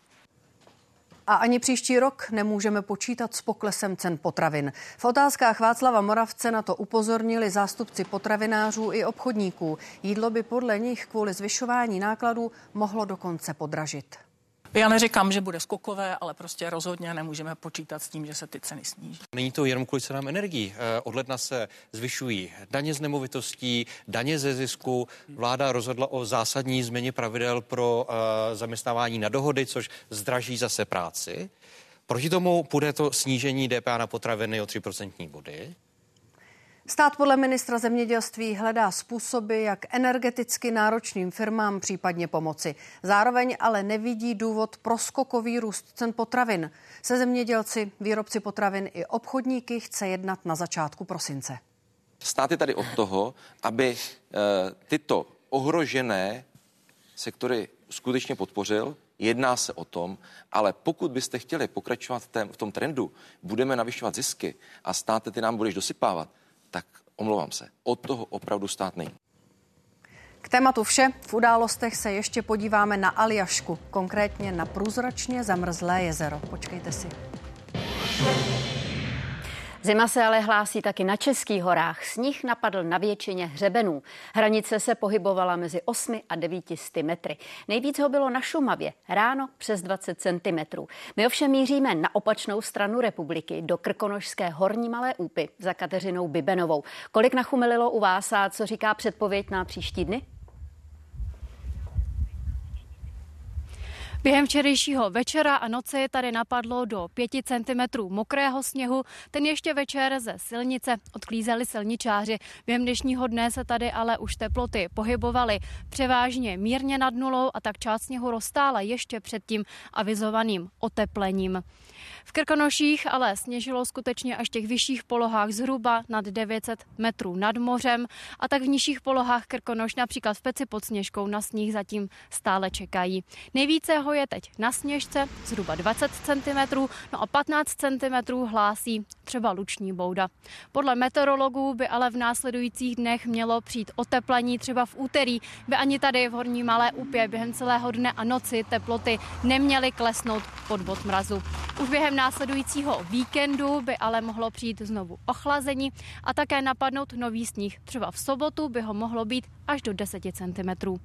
A ani příští rok nemůžeme počítat s poklesem cen potravin. V Otázkách Václava Moravce na to upozornili zástupci potravinářů i obchodníků. Jídlo by podle nich kvůli zvyšování nákladů mohlo dokonce podražit. Já neříkám, že bude skokové, ale prostě rozhodně nemůžeme počítat s tím, že se ty ceny sníží. Není to jenom kvůli cenám energií. Od ledna se zvyšují daně z nemovitostí, daně ze zisku. Vláda rozhodla o zásadní změně pravidel pro zaměstnávání na dohody, což zdraží zase práci. Proti tomu půjde to snížení DPH na potraviny o 3% body. Stát podle ministra zemědělství hledá způsoby, jak energeticky náročným firmám případně pomoci. Zároveň ale nevidí důvod pro skokový růst cen potravin. Se zemědělci, výrobci potravin i obchodníky chce jednat na začátku prosince. Stát je tady od toho, aby tyto ohrožené sektory skutečně podpořil. Jedná se o tom, ale pokud byste chtěli pokračovat v tom trendu, budeme navyšovat zisky a stát ty nám budeš dosypávat, tak omlouvám se, od toho opravdu stát není. K tématu vše. V událostech se ještě podíváme na Aljašku, konkrétně na průzračně zamrzlé jezero. Počkejte si. Zima se ale hlásí taky na Českých horách. Sníh napadl na většině hřebenů. Hranice se pohybovala mezi 8 a 900 metry. Nejvíc ho bylo na Šumavě, ráno přes 20 centimetrů. My ovšem míříme na opačnou stranu republiky, do Krkonošské Horní Malé Úpy za Kateřinou Bibenovou. Kolik nachumelilo u vás a co říká předpověď na příští dny? Během včerejšího večera a noci tady napadlo do 5 cm mokrého sněhu. Ten ještě večer ze silnice odklízeli silničáři. Během dnešního dne se tady ale už teploty pohybovaly převážně mírně nad nulou a tak část sněhu roztála ještě před tím avizovaným oteplením. V Krkonoších ale sněžilo skutečně až v těch vyšších polohách zhruba nad 900 metrů nad mořem a tak v nižších polohách Krkonoš, například v Peci pod Sněžkou, na sníh zatím stále čekají. Nejvíce ho je teď na Sněžce, zhruba 20 cm, no a 15 cm hlásí třeba Luční Bouda. Podle meteorologů by ale v následujících dnech mělo přijít oteplení, třeba v úterý by ani tady v Horní Malé Úpě během celého dne a noci teploty neměly klesnout pod bod mrazu. Už během následujícího víkendu by ale mohlo přijít znovu ochlazení a také napadnout nový sníh. Třeba v sobotu by ho mohlo být až do 10 cm.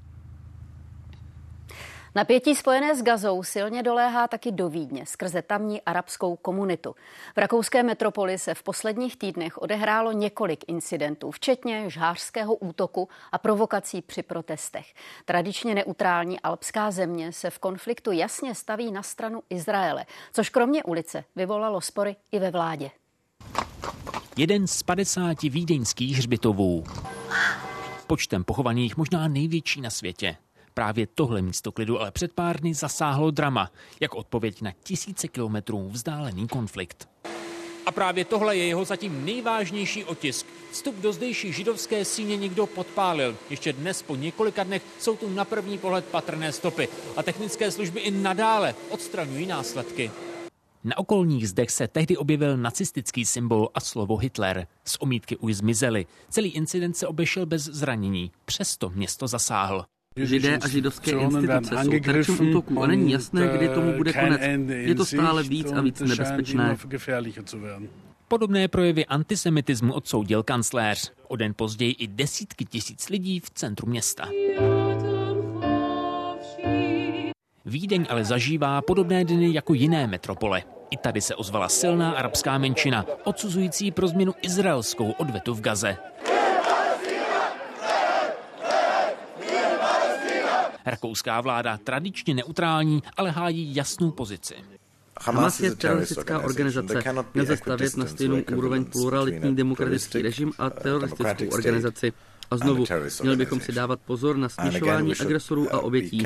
Napětí spojené s Gazou silně doléhá taky do Vídně skrze tamní arabskou komunitu. V rakouské metropoli se v posledních týdnech odehrálo několik incidentů, včetně žhářského útoku a provokací při protestech. Tradičně neutrální alpská země se v konfliktu jasně staví na stranu Izraele, což kromě ulice vyvolalo spory i ve vládě. Jeden z 50 vídeňských hřbitovů. Počtem pochovaných možná největší na světě. Právě tohle místo klidu ale před pár dny zasáhlo drama, jak odpověď na tisíce kilometrů vzdálený konflikt. A právě tohle je jeho zatím nejvážnější otisk. Vstup do zdejší židovské síně někdo podpálil. Ještě dnes po několika dnech jsou tu na první pohled patrné stopy. A technické služby i nadále odstraňují následky. Na okolních zdech se tehdy objevil nacistický symbol a slovo Hitler. Z omítky už zmizely. Celý incident se obešel bez zranění. Přesto město zasáhl. Židé a židovské instituce jsou terčem útoků a není jasné, kdy tomu bude konec. Je to stále víc a víc nebezpečné. Podobné projevy antisemitismu odsoudil kancléř. O den později i desítky tisíc lidí v centru města. Vídeň ale zažívá podobné dny jako jiné metropole. I tady se ozvala silná arabská menšina, odsuzující pro změnu izraelskou odvetu v Gaze. Rakouská vláda tradičně neutrální, ale hájí jasnou pozici. Hamas je teroristická organizace. Nelze stavět na stejnou úroveň pluralitní demokratický režim a teroristickou organizaci. A znovu, měli bychom si dávat pozor na směšování agresorů a obětí.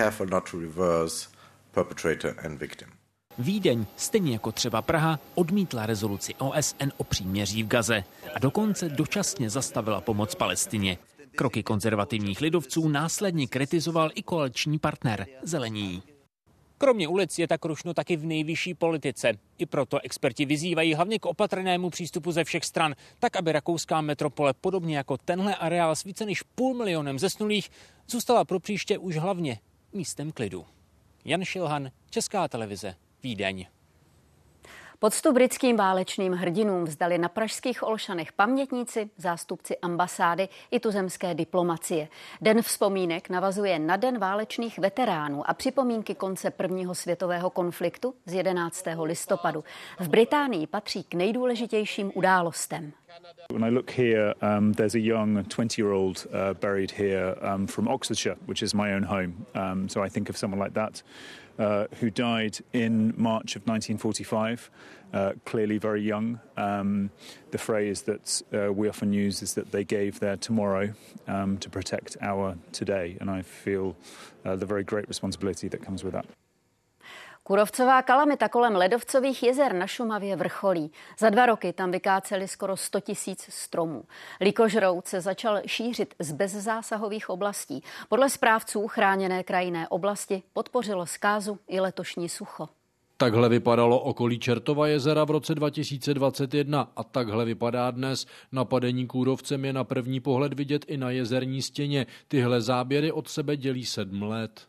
Vídeň, stejně jako třeba Praha, odmítla rezoluci OSN o příměří v Gaze a dokonce dočasně zastavila pomoc Palestině. Kroky konzervativních lidovců následně kritizoval i koaliční partner Zelení. Kromě ulic je tak rušno taky v nejvyšší politice. I proto experti vyzývají hlavně k opatrnému přístupu ze všech stran, tak aby rakouská metropole, podobně jako tenhle areál s více než 500 000 zesnulých, zůstala pro příště už hlavně místem klidu. Jan Šilhan, Česká televize, Vídeň. Poctu britským válečným hrdinům vzdali na pražských Olšanech pamětníci, zástupci ambasády i tuzemské diplomacie. Den vzpomínek navazuje na Den válečných veteránů a připomínky konce prvního světového konfliktu z 11. listopadu. V Británii patří k nejdůležitějším událostem. When I look here, there's a young 20-year-old buried here from Oxfordshire, which is my own home. So I think of someone like that. Who died in March of 1945, clearly very young. The phrase that we often use is that they gave their tomorrow to protect our today, and I feel the very great responsibility that comes with that. Kůrovcová kalamita kolem ledovcových jezer na Šumavě vrcholí. Za 2 roky tam vykáceli skoro 100 000 stromů. Lýkožrout se začal šířit z bezzásahových oblastí. Podle správců chráněné krajinné oblasti podpořilo zkázu i letošní sucho. Takhle vypadalo okolí Čertova jezera v roce 2021 a takhle vypadá dnes. Napadení kůrovcem je na první pohled vidět i na jezerní stěně. Tyhle záběry od sebe dělí 7 let.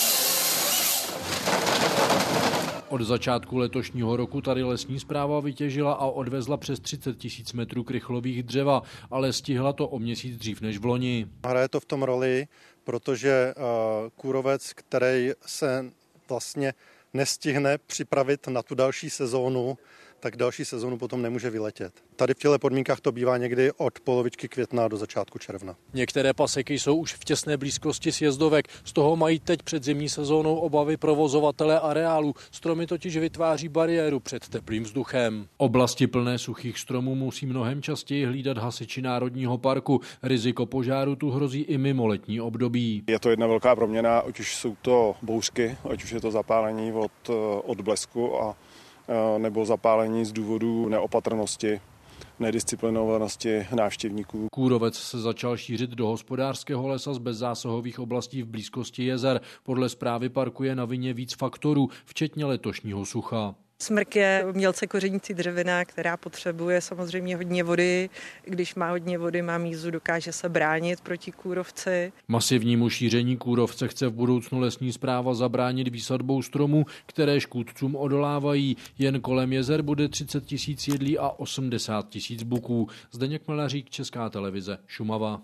Od začátku letošního roku tady lesní správa vytěžila a odvezla přes 30 000 metrů krychlových dřeva, ale stihla to o měsíc dřív než v loni. Hraje to v tom roli, protože kůrovec, který se vlastně nestihne připravit na tu další sezónu, tak další sezónu potom nemůže vyletět. Tady v těchto podmínkách to bývá někdy od polovičky května do začátku června. Některé paseky jsou už v těsné blízkosti sjezdovek, z toho mají teď před zimní sezónou obavy provozovatelé areálu. Stromy totiž vytváří bariéru před teplým vzduchem. Oblasti plné suchých stromů musí mnohem častěji hlídat hasiči Národního parku. Riziko požáru tu hrozí i mimo letní období. Je to jedna velká proměna, ať už jsou to bouřky, ať už je to zapálení od blesku a nebo zapálení z důvodu neopatrnosti, nedisciplinovanosti návštěvníků. Kůrovec se začal šířit do hospodářského lesa z bezzásahových oblastí v blízkosti jezer. Podle správy parku je na vině víc faktorů, včetně letošního sucha. Smrk je mělce kořenící dřevina, která potřebuje samozřejmě hodně vody. Když má hodně vody, má mízu, dokáže se bránit proti kůrovci. Masivnímu šíření kůrovce chce v budoucnu lesní správa zabránit výsadbou stromů, které škůdcům odolávají. Jen kolem jezer bude 30 000 jedlí a 80 000 buků. Zdeněk Melařík, Česká televize, Šumava.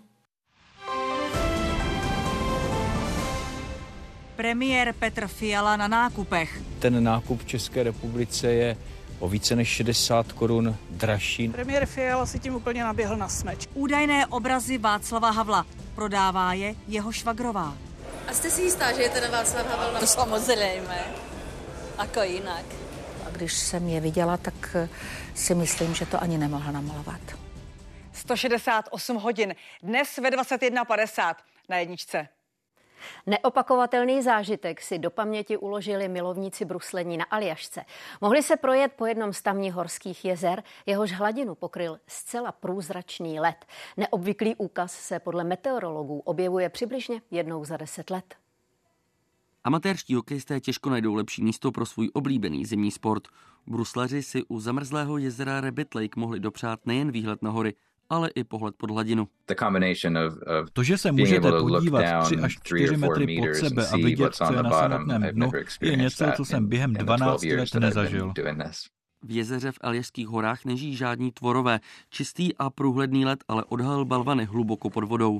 Premiér Petr Fiala na nákupech. Ten nákup v České republice je o více než 60 korun dražší. Premiér Fiala si tím úplně naběhl na smeč. Údajné obrazy Václava Havla. Prodává je jeho švagrová. A jste si jistá, že je ten Václav Havel? To samozřejmě. Ako jinak. A když jsem je viděla, tak si myslím, že to ani nemohl namalovat. 168 hodin. Dnes ve 21:50 na jedničce. Neopakovatelný zážitek si do paměti uložili milovníci bruslení na Aljašce. Mohli se projet po jednom z tamních horských jezer, jehož hladinu pokryl zcela průzračný led. Neobvyklý úkaz se podle meteorologů objevuje přibližně jednou za 10 let. Amatérští hokejisté těžko najdou lepší místo pro svůj oblíbený zimní sport. Bruslaři si u zamrzlého jezera Rabbit Lake mohli dopřát nejen výhled na hory, ale i pohled pod hladinu. To, že se můžete podívat 3 až 4 metry pod sebe a vidět, co je na samotném dnu, je něco, co jsem během 12 let nezažil. V jezeře v Aljašských horách nežijí žádní tvorové. Čistý a průhledný led ale odhalil balvany hluboko pod vodou.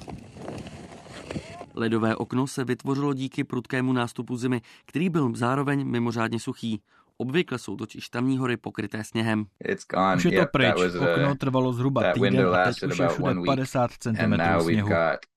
Ledové okno se vytvořilo díky prudkému nástupu zimy, který byl zároveň mimořádně suchý. Obvykle jsou totiž tamní hory pokryté sněhem. Už je to pryč. Okno trvalo zhruba týden a teď už je všude 50 cm sněhu.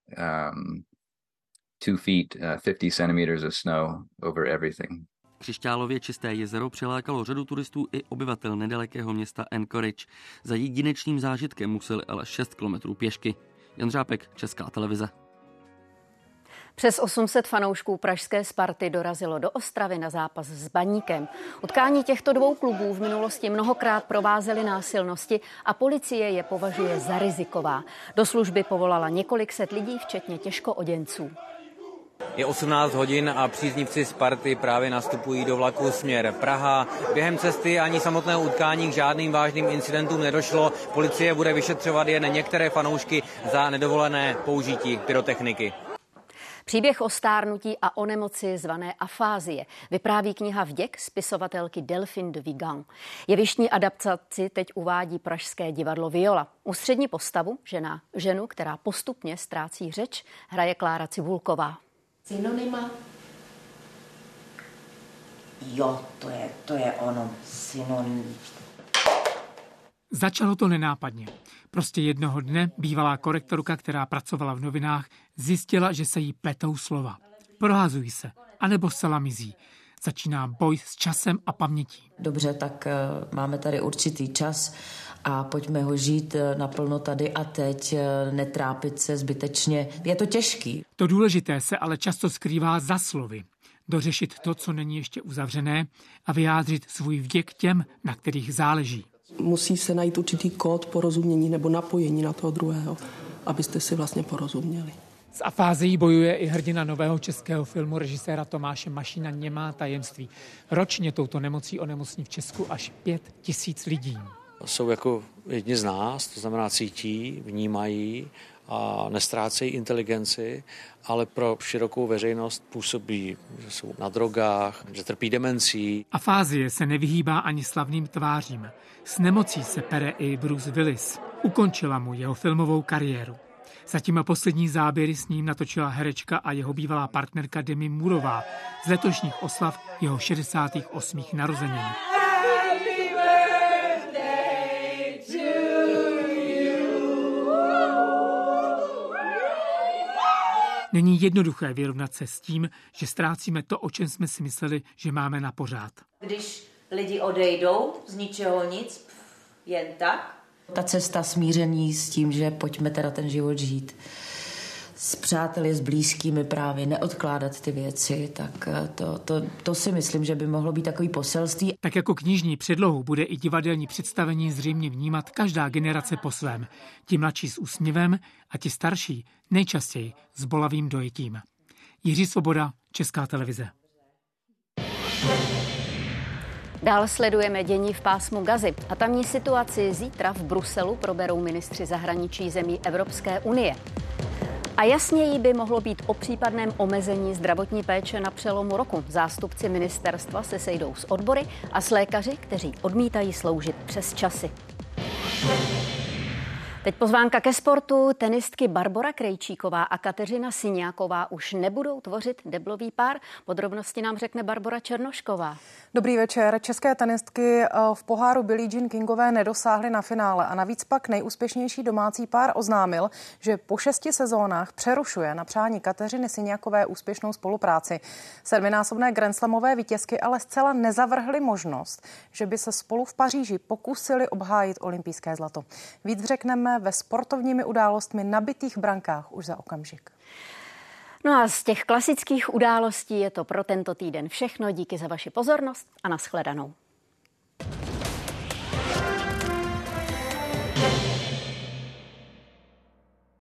2 feet, 50 centimeters of snow over everything. Křišťálově čisté jezero přilákalo řadu turistů i obyvatel nedalekého města Anchorage. Za jedinečným zážitkem museli ale 6 kilometrů pěšky. Jan Řápek, Česká televize. Přes 800 fanoušků pražské Sparty dorazilo do Ostravy na zápas s Baníkem. Utkání těchto dvou klubů v minulosti mnohokrát provázely násilnosti a policie je považuje za riziková. Do služby povolala několik set lidí, včetně těžkooděnců. Je 18 hodin a příznivci Sparty právě nastupují do vlaku směr Praha. Během cesty ani samotného utkání k žádným vážným incidentům nedošlo. Policie bude vyšetřovat jen některé fanoušky za nedovolené použití pyrotechniky. Příběh o stárnutí a o nemoci zvané afázie vypráví kniha Vděk spisovatelky Delphine de Vigan. Jevištní adaptaci teď uvádí pražské divadlo Viola. Ústřední postavu, ženu, která postupně ztrácí řeč, hraje Klára Cibulková. Synonyma? Jo, to je ono, synonym. Začalo to nenápadně. Prostě jednoho dne bývalá korektorka, která pracovala v novinách, zjistila, že se jí pletou slova. Prohazují se, anebo zcela mizí. Začíná boj s časem a pamětí. Dobře, tak máme tady určitý čas a pojďme ho žít naplno tady a teď, netrápit se zbytečně. Je to těžký. To důležité se ale často skrývá za slovy. Dořešit to, co není ještě uzavřené a vyjádřit svůj vděk těm, na kterých záleží. Musí se najít určitý kód porozumění nebo napojení na toho druhého, abyste si vlastně porozuměli. S afázií bojuje i hrdina nového českého filmu režiséra Tomáše Mašína Němá tajemství. Ročně touto nemocí onemocní v Česku až 5 000 lidí. Jsou jako jedni z nás, to znamená cítí, vnímají a nestrácejí inteligenci, ale pro širokou veřejnost působí, že jsou na drogách, že trpí demencí. Afázie se nevyhýbá ani slavným tvářím. S nemocí se pere i Bruce Willis. Ukončila mu jeho filmovou kariéru. Zatím poslední záběry s ním natočila herečka a jeho bývalá partnerka Demi Moorová z letošních oslav jeho 68. narozenin. Není jednoduché vyrovnat se s tím, že ztrácíme to, o čem jsme si mysleli, že máme na pořád. Když lidi odejdou z ničeho nic, jen tak. Ta cesta smíření s tím, že pojďme teda ten život žít. S přáteli, s blízkými právě, neodkládat ty věci, tak to si myslím, že by mohlo být takový poselství. Tak jako knižní předlohu bude i divadelní představení zřejmě vnímat každá generace po svém. Ti mladší s úsměvem a ti starší nejčastěji s bolavým dojetím. Jiří Svoboda, Česká televize. Dál sledujeme dění v pásmu Gazy a tamní situaci zítra v Bruselu proberou ministři zahraničí zemí Evropské unie. A jasněji by mohlo být o případném omezení zdravotní péče na přelomu roku. Zástupci ministerstva se sejdou s odbory a s lékaři, kteří odmítají sloužit přes časy. Teď pozvánka ke sportu. Tenistky Barbora Krejčíková a Kateřina Syňáková už nebudou tvořit deblový pár. Podrobnosti nám řekne Barbora Černošková. Dobrý večer. České tenistky v poháru Billie Jean Kingové nedosáhly na finále a navíc pak nejúspěšnější domácí pár oznámil, že po 6 sezónách přerušuje na přání Kateřiny Syňákové úspěšnou spolupráci. 7násobné grandslamové vítězky ale zcela nezavrhly možnost, že by se spolu v Paříži pokusili obhájit olympijské zlato. Víc řekneme ve sportovními událostmi nabitých brankách už za okamžik. No a z těch klasických událostí je to pro tento týden všechno. Díky za vaši pozornost a nashledanou.